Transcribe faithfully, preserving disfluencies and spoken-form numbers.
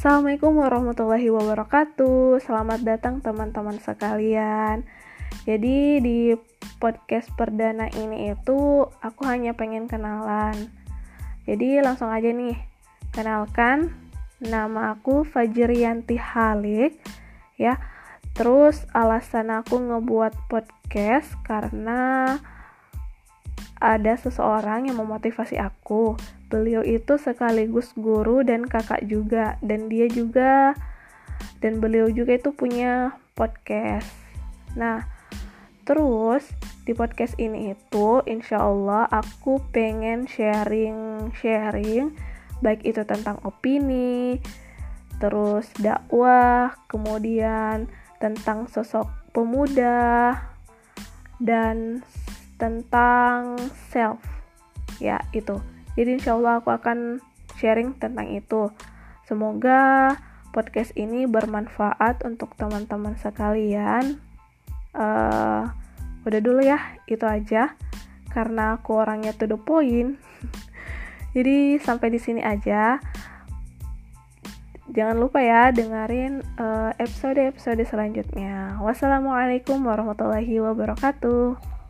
Assalamualaikum warahmatullahi wabarakatuh. Selamat datang teman-teman sekalian. Jadi di podcast perdana ini itu aku hanya pengen kenalan. Jadi langsung aja nih. Kenalkan, nama aku Fajriyanti Halik ya. Terus alasan aku ngebuat podcast karena ada seseorang yang memotivasi aku. Beliau itu sekaligus guru dan kakak juga, dan dia juga dan beliau juga itu punya podcast. Nah, terus di podcast ini itu insya Allah aku pengen sharing-sharing, baik itu tentang opini, terus dakwah, kemudian tentang sosok pemuda, dan tentang self, ya itu. Jadi insya Allah aku akan sharing tentang itu. Semoga podcast ini bermanfaat untuk teman-teman sekalian. Uh, udah dulu ya, itu aja. Karena aku orangnya to the point. Jadi sampai di sini aja. Jangan lupa ya dengerin uh, episode-episode selanjutnya. Wassalamualaikum warahmatullahi wabarakatuh.